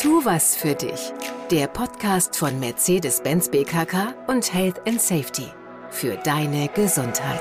Tu was für dich. Der Podcast von Mercedes-Benz BKK und Health & Safety. Für deine Gesundheit.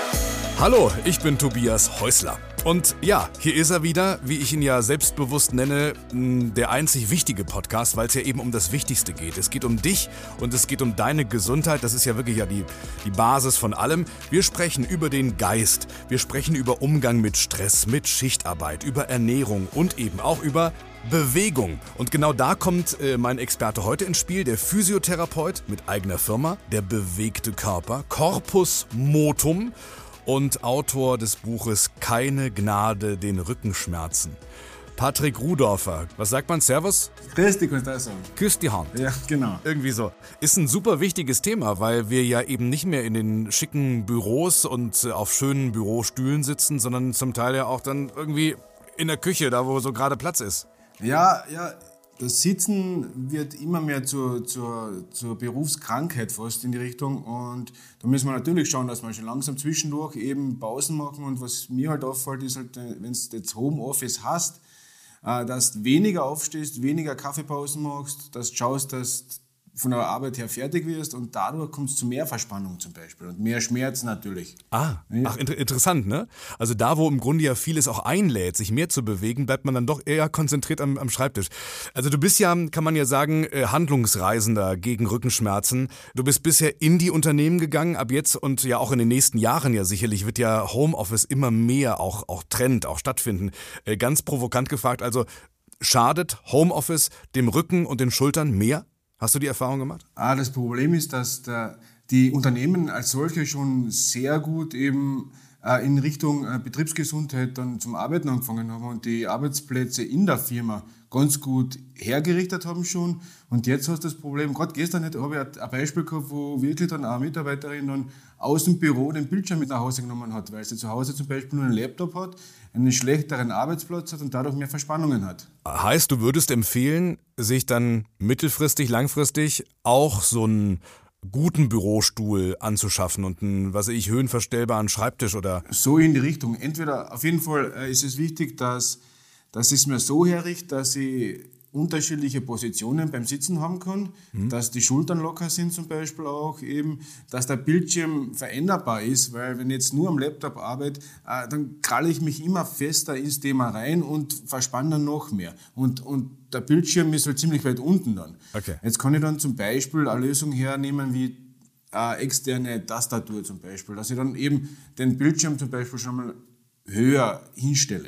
Hallo, ich bin Tobias Häusler. Und ja, hier ist er wieder, wie ich ihn ja selbstbewusst nenne, der einzig wichtige Podcast, weil es ja eben um das Wichtigste geht. Es geht um dich und es geht um deine Gesundheit. Das ist ja wirklich die Basis von allem. Wir sprechen über den Geist. Wir sprechen über Umgang mit Stress, mit Schichtarbeit, über Ernährung und eben auch über Bewegung. Und genau da kommt mein Experte heute ins Spiel, der Physiotherapeut mit eigener Firma, der bewegte Körper, Corpus Motum, und Autor des Buches Keine Gnade den Rückenschmerzen. Patrick Rudorfer, was sagt man? Servus? Grüß dich, kannst du auch sagen. Küss die Hand. Ja, genau. Irgendwie so. Ist ein super wichtiges Thema, weil wir ja eben nicht mehr in den schicken Büros und auf schönen Bürostühlen sitzen, sondern zum Teil ja auch dann irgendwie in der Küche, da wo so gerade Platz ist. Ja, das Sitzen wird immer mehr zur Berufskrankheit fast in die Richtung, und da müssen wir natürlich schauen, dass wir schon langsam zwischendurch eben Pausen machen. Und was mir halt auffällt, ist halt, wenn du jetzt Homeoffice hast, dass du weniger aufstehst, weniger Kaffeepausen machst, dass du schaust, dass du von der Arbeit her fertig wirst, und dadurch kommt es zu mehr Verspannung zum Beispiel und mehr Schmerz natürlich. Interessant, ne? Also da, wo im Grunde ja vieles auch einlädt, sich mehr zu bewegen, bleibt man dann doch eher konzentriert am Schreibtisch. Also du bist ja, kann man ja sagen, Handlungsreisender gegen Rückenschmerzen. Du bist bisher in die Unternehmen gegangen, ab jetzt und ja auch in den nächsten Jahren ja sicherlich wird ja Homeoffice immer mehr auch Trend, auch stattfinden. Ganz provokant gefragt, also schadet Homeoffice dem Rücken und den Schultern mehr? Hast du die Erfahrung gemacht? Das Problem ist, dass die Unternehmen als solche schon sehr gut eben in Richtung Betriebsgesundheit dann zum Arbeiten angefangen haben und die Arbeitsplätze in der Firma ganz gut hergerichtet haben schon. Und jetzt hast du das Problem, gerade gestern habe ich ein Beispiel gehabt, wo wirklich dann eine Mitarbeiterin dann aus dem Büro den Bildschirm mit nach Hause genommen hat, weil sie zu Hause zum Beispiel nur einen Laptop hat, einen schlechteren Arbeitsplatz hat und dadurch mehr Verspannungen hat. Heißt, du würdest empfehlen, sich dann mittelfristig, langfristig auch so einen guten Bürostuhl anzuschaffen und einen, höhenverstellbaren Schreibtisch oder? So in die Richtung. Entweder, auf jeden Fall ist es wichtig, dass ich es mir so herrichte, dass ich unterschiedliche Positionen beim Sitzen haben kann, dass die Schultern locker sind zum Beispiel auch eben, dass der Bildschirm veränderbar ist, weil wenn ich jetzt nur am Laptop arbeite, dann kralle ich mich immer fester ins Thema rein und verspanne dann noch mehr. Und der Bildschirm ist halt ziemlich weit unten dann. Okay. Jetzt kann ich dann zum Beispiel eine Lösung hernehmen wie externe Tastatur zum Beispiel, dass ich dann eben den Bildschirm zum Beispiel schon mal höher hinstelle.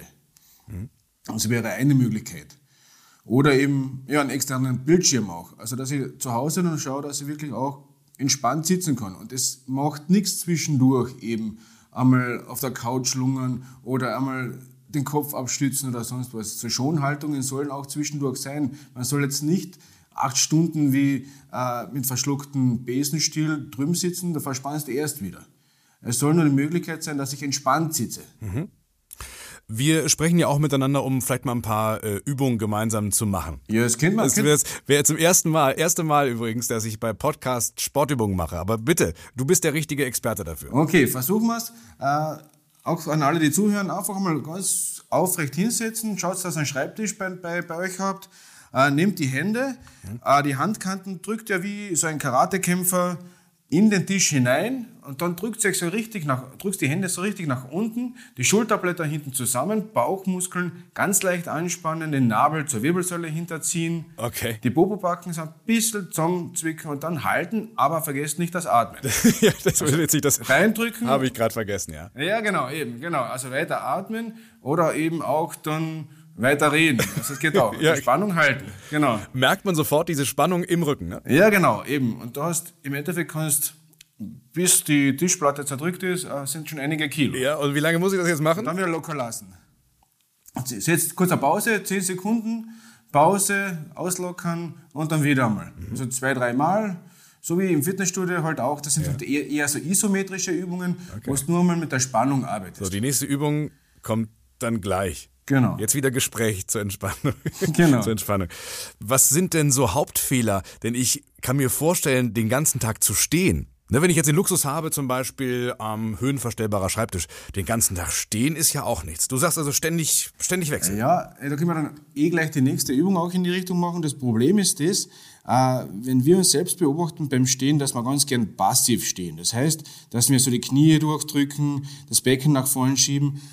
Das wäre eine Möglichkeit. Oder eben einen externen Bildschirm auch. Also dass ich zu Hause dann schaue, dass ich wirklich auch entspannt sitzen kann. Und es macht nichts zwischendurch eben einmal auf der Couch lungern oder einmal den Kopf abstützen oder sonst was. So Schonhaltungen sollen auch zwischendurch sein. Man soll jetzt nicht 8 Stunden wie mit verschlucktem Besenstiel drüben sitzen, da verspannst du erst wieder. Es soll nur die Möglichkeit sein, dass ich entspannt sitze. Wir sprechen ja auch miteinander, um vielleicht mal ein paar Übungen gemeinsam zu machen. Ja, das kennt man. Das wäre jetzt zum erste Mal übrigens, dass ich bei Podcast Sportübungen mache. Aber bitte, du bist der richtige Experte dafür. Okay, versuchen wir es. Auch an alle, die zuhören, einfach mal ganz aufrecht hinsetzen. Schaut, dass ihr einen Schreibtisch bei euch habt. Nehmt die Hände, die Handkanten drückt ja wie so ein Karatekämpfer in den Tisch hinein und dann drückt die Hände so richtig nach unten, die Schulterblätter hinten zusammen, Bauchmuskeln ganz leicht anspannen, den Nabel zur Wirbelsäule hinterziehen, okay. Die Popobacken so ein bisschen zusammenzwicken und dann halten, aber vergesst nicht das Atmen. Ja, das wird jetzt nicht das reindrücken. Habe ich gerade vergessen, ja. Ja, genau. Also weiter atmen oder eben auch dann weiter reden. Also es geht auch. Ja, die Spannung halten. Genau. Merkt man sofort diese Spannung im Rücken, ne? Ja, genau, eben. Und du hast im Endeffekt bis die Tischplatte zerdrückt ist, sind schon einige Kilo. Ja, und wie lange muss ich das jetzt machen? Und dann wieder locker lassen. Setzt kurz eine Pause, 10 Sekunden, Pause, auslockern und dann wieder einmal. Also 2-3 Mal. So wie im Fitnessstudio halt auch. Das sind halt eher so isometrische Übungen, wo du nur mal mit der Spannung arbeitest. So, die nächste Übung kommt dann gleich. Genau. Jetzt wieder Gespräch zur Entspannung. Genau. Zur Entspannung. Was sind denn so Hauptfehler? Denn ich kann mir vorstellen, den ganzen Tag zu stehen, Ne, wenn ich jetzt den Luxus habe, zum Beispiel höhenverstellbarer Schreibtisch, den ganzen Tag stehen ist ja auch nichts. Du sagst also ständig wechseln. Ja, da können wir dann gleich die nächste Übung auch in die Richtung machen. Das Problem ist das, wenn wir uns selbst beobachten beim Stehen, dass wir ganz gern passiv stehen. Das heißt, dass wir so die Knie durchdrücken, das Becken nach vorn schieben.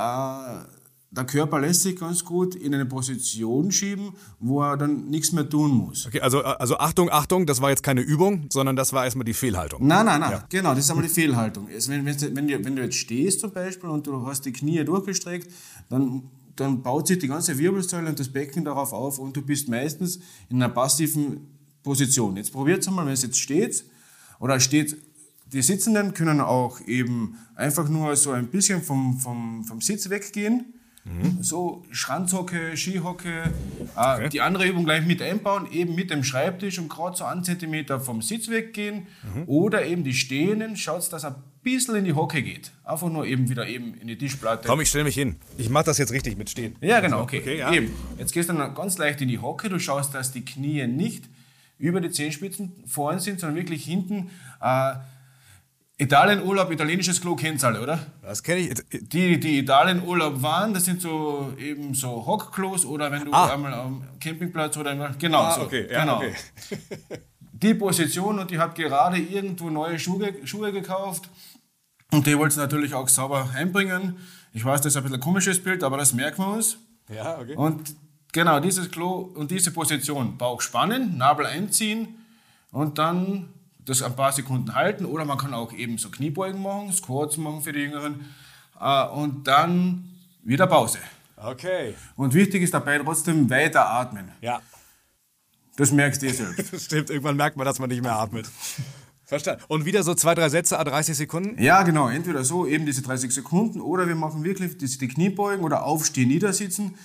Der Körper lässt sich ganz gut in eine Position schieben, wo er dann nichts mehr tun muss. Okay, also Achtung, das war jetzt keine Übung, sondern das war erstmal die Fehlhaltung. Nein, ja. Genau, das ist einmal die Fehlhaltung. Also wenn du jetzt stehst zum Beispiel und du hast die Knie durchgestreckt, dann baut sich die ganze Wirbelsäule und das Becken darauf auf und du bist meistens in einer passiven Position. Jetzt probiert es einmal, wenn es jetzt steht oder steht. Die Sitzenden können auch eben einfach nur so ein bisschen vom Sitz weggehen. So Schranzhocke, Skihocke, okay. Die andere Übung gleich mit einbauen, eben mit dem Schreibtisch und gerade so 1 Zentimeter vom Sitz weggehen oder eben die Stehenden, schaut, dass ein bisschen in die Hocke geht. Einfach nur eben wieder eben in die Tischplatte. Komm, ich stelle mich hin. Ich mache das jetzt richtig mit Stehen. Ja, genau, okay ja. Eben. Jetzt gehst du dann ganz leicht in die Hocke, du schaust, dass die Knie nicht über die Zehenspitzen vorn sind, sondern wirklich hinten. Italienurlaub, italienisches Klo kennt's alle, oder? Das kenne ich. Die Italienurlaub waren, das sind so eben so Hockklos oder wenn du einmal am Campingplatz oder einmal, genau so. Okay, ja, genau. Okay. Die Position und die hat gerade irgendwo neue Schuhe gekauft und die wollte natürlich auch sauber einbringen. Ich weiß, das ist ein bisschen ein komisches Bild, aber das merken wir uns. Ja, okay. Und genau, dieses Klo und diese Position, Bauch spannen, Nabel einziehen und dann das ein paar Sekunden halten oder man kann auch eben so Kniebeugen machen, Squats machen für die Jüngeren und dann wieder Pause. Okay. Und wichtig ist dabei trotzdem weiter atmen. Ja. Das merkst du selbst. Das stimmt, irgendwann merkt man, dass man nicht mehr atmet. Verstanden. Und wieder so 2, 3 Sätze, 30 Sekunden? Ja, genau. Entweder so, eben diese 30 Sekunden oder wir machen wirklich die Kniebeugen oder Aufstehen, Niedersitzen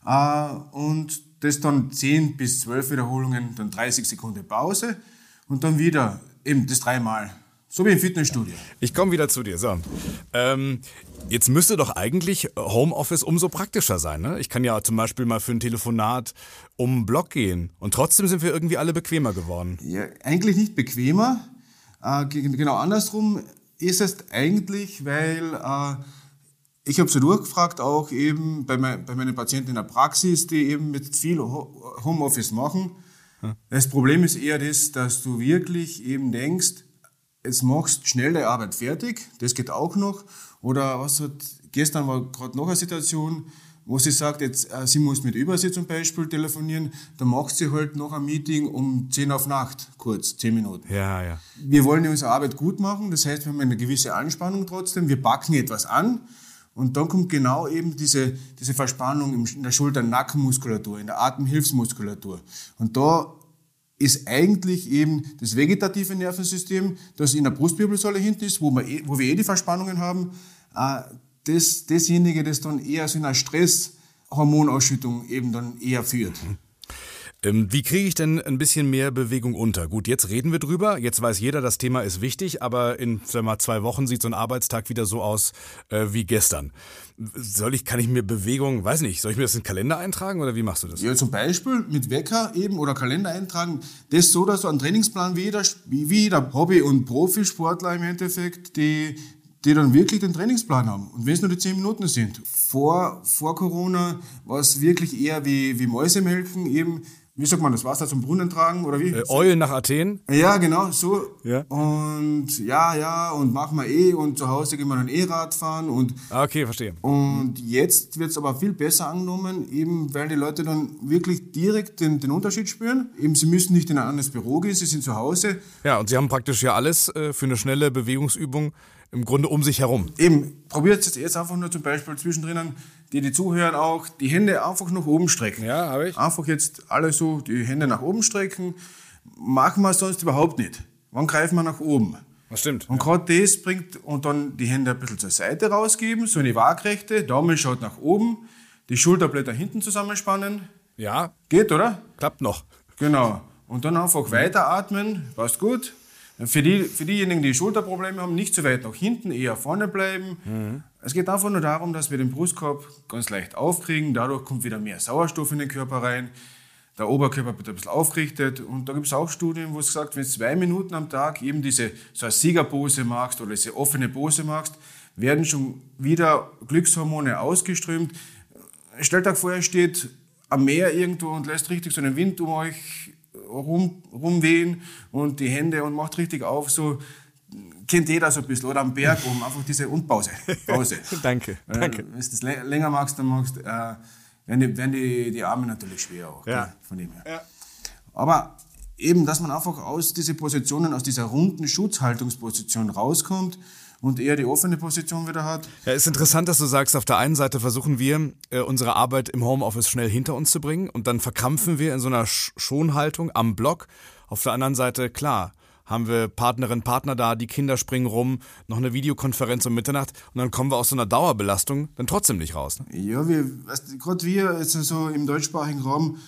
und das dann 10 bis 12 Wiederholungen, dann 30 Sekunden Pause. Und dann wieder eben das 3-mal. So wie im Fitnessstudio. Ich komme wieder zu dir. So. Jetzt müsste doch eigentlich Homeoffice umso praktischer sein. Ne? Ich kann ja zum Beispiel mal für ein Telefonat um den Block gehen. Und trotzdem sind wir irgendwie alle bequemer geworden. Ja, eigentlich nicht bequemer. Genau andersrum ist es eigentlich, weil ich habe so durchgefragt, auch eben bei meinen Patienten in der Praxis, die eben mit viel Homeoffice machen. Das Problem ist eher das, dass du wirklich eben denkst, jetzt machst du schnell deine Arbeit fertig, das geht auch noch. Oder gestern war gerade noch eine Situation, wo sie sagt, jetzt, sie muss mit Übersee zum Beispiel telefonieren, dann macht sie halt noch ein Meeting um 10 auf Nacht, kurz, 10 Minuten. Ja. Wir wollen unsere Arbeit gut machen, das heißt, wir haben eine gewisse Anspannung trotzdem, wir packen etwas an. Und dann kommt genau eben diese Verspannung in der Schulter-Nackenmuskulatur, in der Atemhilfsmuskulatur. Und da ist eigentlich eben das vegetative Nervensystem, das in der Brustwirbelsäule hinten ist, wo wir die Verspannungen haben, dasjenige, das dann eher so in einer Stresshormonausschüttung eben dann eher führt. Wie kriege ich denn ein bisschen mehr Bewegung unter? Gut, jetzt reden wir drüber. Jetzt weiß jeder, das Thema ist wichtig, aber in 2 Wochen sieht so ein Arbeitstag wieder so aus wie gestern. Kann ich mir Bewegung, weiß nicht, soll ich mir das in den Kalender eintragen oder wie machst du das? Ja, zum Beispiel mit Wecker eben oder Kalender eintragen. Das so, dass du einen Trainingsplan wie jeder Hobby- und Profisportler im Endeffekt, die dann wirklich den Trainingsplan haben. Und wenn es nur die 10 Minuten sind. Vor Corona war es wirklich eher wie Mäusemelken eben. Wie sagt man, das Wasser zum Brunnen tragen oder wie? Eulen nach Athen? Ja, genau, so. Ja. Und und machen wir und zu Hause gehen wir dann Rad fahren und. Okay, verstehe. Und jetzt wird es aber viel besser angenommen, eben weil die Leute dann wirklich direkt den Unterschied spüren. Eben, sie müssen nicht in ein anderes Büro gehen, sie sind zu Hause. Ja, und sie haben praktisch ja alles für eine schnelle Bewegungsübung im Grunde um sich herum. Eben, probiert es jetzt einfach nur zum Beispiel zwischendrin, die zuhören auch, die Hände einfach nach oben strecken. Ja, habe ich. Einfach jetzt alle so die Hände nach oben strecken. Machen wir es sonst überhaupt nicht. Wann greifen wir nach oben? Das stimmt. Und gerade das bringt, und dann die Hände ein bisschen zur Seite rausgeben, so eine Waagrechte, Daumen schaut nach oben, die Schulterblätter hinten zusammenspannen. Ja. Geht, oder? Klappt noch. Genau. Und dann einfach weiteratmen, passt gut. Für diejenigen, die Schulterprobleme haben, nicht so weit nach hinten, eher vorne bleiben. Mhm. Es geht einfach nur darum, dass wir den Brustkorb ganz leicht aufkriegen. Dadurch kommt wieder mehr Sauerstoff in den Körper rein. der Oberkörper wird ein bisschen aufgerichtet. Und da gibt es auch Studien, wo es gesagt, wenn du 2 Minuten am Tag eben so eine Siegerpose machst oder diese offene Pose machst, werden schon wieder Glückshormone ausgeströmt. Stellt euch vor, ihr steht am Meer irgendwo und lässt richtig so einen Wind um euch rumwehen und die Hände und macht richtig auf, so kennt jeder so ein bisschen, oder am Berg oben, einfach diese Pause. Danke. Wenn du das länger magst, dann werden die Arme natürlich schwer auch, ja. Von dem her. Ja. Aber eben, dass man einfach aus diesen Positionen, aus dieser runden Schutzhaltungsposition rauskommt und eher die offene Position wieder hat. Ja, ist interessant, dass du sagst, auf der einen Seite versuchen wir, unsere Arbeit im Homeoffice schnell hinter uns zu bringen und dann verkrampfen wir in so einer Schonhaltung am Block. Auf der anderen Seite, klar, haben wir Partnerinnen, Partner da, die Kinder springen rum, noch eine Videokonferenz um Mitternacht und dann kommen wir aus so einer Dauerbelastung dann trotzdem nicht raus. Ne? Ja, gerade wir jetzt so im deutschsprachigen Raum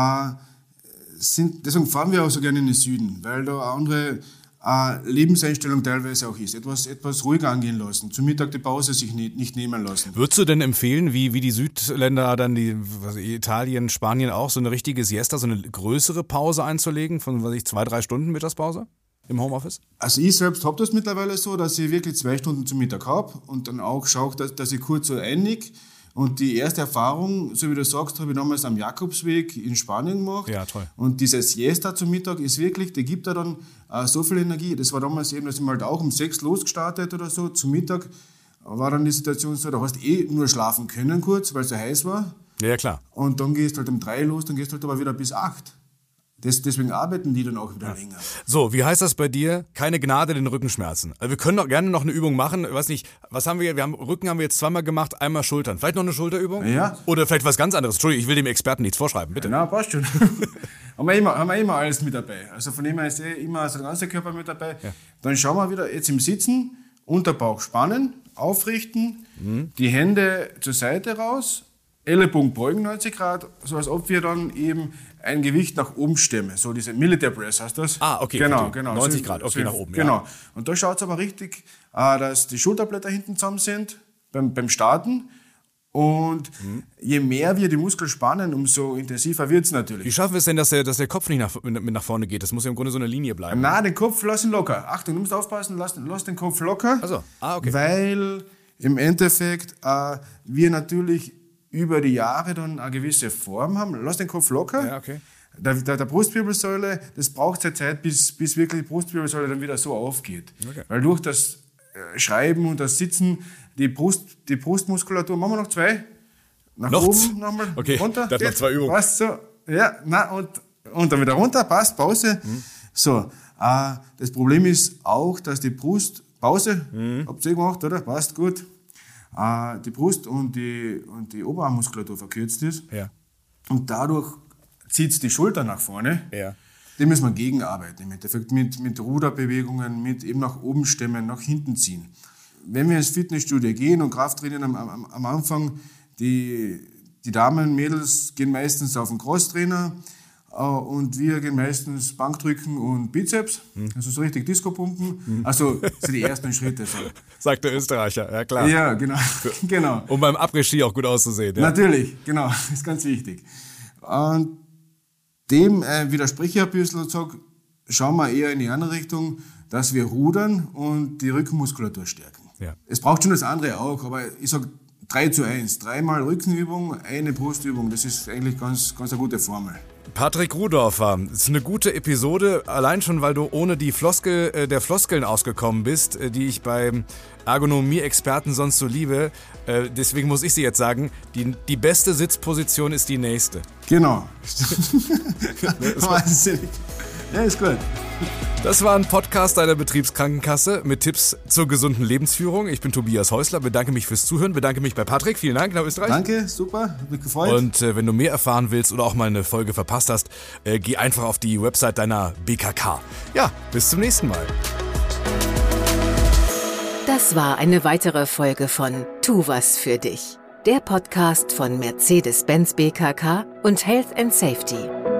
deswegen fahren wir auch so gerne in den Süden, weil da eine andere Lebenseinstellung teilweise auch ist. Etwas ruhiger angehen lassen, zum Mittag die Pause sich nicht nehmen lassen. Würdest du denn empfehlen, wie die Südländer, dann Italien, Spanien auch, so eine richtige Siesta, so eine größere Pause einzulegen von 2-3 Stunden Mittagspause im Homeoffice? Also ich selbst habe das mittlerweile so, dass ich wirklich 2 Stunden zum Mittag habe und dann auch schaue, dass ich kurz so einnick. Und die erste Erfahrung, so wie du sagst, habe ich damals am Jakobsweg in Spanien gemacht. Ja, toll. Und diese Siesta zum Mittag ist wirklich, die gibt da dann so viel Energie. Das war damals eben, dass ich mal auch um 6 losgestartet oder so. Zum Mittag war dann die Situation so, da hast du nur schlafen können kurz, weil es so heiß war. Ja, klar. Und dann gehst du halt um 3 los, dann gehst du halt aber wieder bis 8. Deswegen arbeiten die dann auch wieder länger. So, wie heißt das bei dir? Keine Gnade den Rückenschmerzen. Also wir können doch gerne noch eine Übung machen. Ich weiß nicht, was haben wir? Rücken haben wir jetzt 2-mal gemacht, einmal Schultern. Vielleicht noch eine Schulterübung? Ja. Oder vielleicht was ganz anderes. Entschuldigung, ich will dem Experten nichts vorschreiben, bitte. Na, passt schon. haben wir immer alles mit dabei. Also von dem her ist immer so der ganze Körper mit dabei. Ja. Dann schauen wir wieder jetzt im Sitzen, Unterbauch spannen, aufrichten, die Hände zur Seite raus, Ellenbogen beugen 90 Grad, so als ob wir dann eben ein Gewicht nach oben stemmen. So diese Military Press heißt das. Ah, okay. Genau. 90 Grad, okay, nach oben. Genau. Ja. Und da schaut es aber richtig, dass die Schulterblätter hinten zusammen sind beim Starten. Und je mehr wir die Muskeln spannen, umso intensiver wird es natürlich. Wie schaffen wir es denn, dass der Kopf nicht nach vorne geht? Das muss ja im Grunde so eine Linie bleiben. Nein, den Kopf lass ihn locker. Achtung, du musst aufpassen, lass den Kopf locker. Ach so. Okay. Weil im Endeffekt wir natürlich über die Jahre dann eine gewisse Form haben. Lass den Kopf locker. Ja, okay. Der Brustwirbelsäule, das braucht seine Zeit, bis wirklich die Brustwirbelsäule dann wieder so aufgeht. Okay. Weil durch das Schreiben und das Sitzen, die Brustmuskulatur, machen wir noch 2. Nach oben nochmal, okay. Runter. Das noch 2 Übungen. Passt so. Ja, und dann wieder runter, passt, Pause. So, das Problem ist auch, dass die Brustpause, habt ihr gemacht, oder? Passt gut. Die Brust und die Oberarmmuskulatur verkürzt ist. Ja. Und dadurch zieht es die Schulter nach vorne. Ja. Dem müssen wir gegenarbeiten im Endeffekt mit Ruderbewegungen, mit eben nach oben stemmen, nach hinten ziehen. Wenn wir ins Fitnessstudio gehen und Krafttraining am Anfang, die Damen, Mädels gehen meistens auf den Crosstrainer und wir gehen meistens Bankdrücken und Bizeps, also so richtig Disco-Pumpen. Also das sind die ersten Schritte. So. Sagt der Österreicher, ja klar. Ja, genau. Um beim Après-Ski auch gut auszusehen. Ja. Natürlich, genau, das ist ganz wichtig. Und dem widerspreche ich ein bisschen und sage, schauen wir eher in die andere Richtung, dass wir rudern und die Rückenmuskulatur stärken. Ja. Es braucht schon das andere auch, aber ich sage 3:1. 3-mal Rückenübung, eine Brustübung, das ist eigentlich ganz eine gute Formel. Patrick Rudorfer, das ist eine gute Episode, allein schon, weil du ohne die der Floskeln ausgekommen bist, die ich beim Ergonomie-Experten sonst so liebe. Deswegen muss ich sie jetzt sagen, die beste Sitzposition ist die nächste. Genau. Wahnsinnig. Ja, ist gut. Das war ein Podcast deiner Betriebskrankenkasse mit Tipps zur gesunden Lebensführung. Ich bin Tobias Häusler, bedanke mich fürs Zuhören, bedanke mich bei Patrick. Vielen Dank nach Österreich. Danke, super, hat mich gefreut. Und wenn du mehr erfahren willst oder auch mal eine Folge verpasst hast, geh einfach auf die Website deiner BKK. Ja, bis zum nächsten Mal. Das war eine weitere Folge von Tu was für dich, der Podcast von Mercedes-Benz BKK und Health & Safety.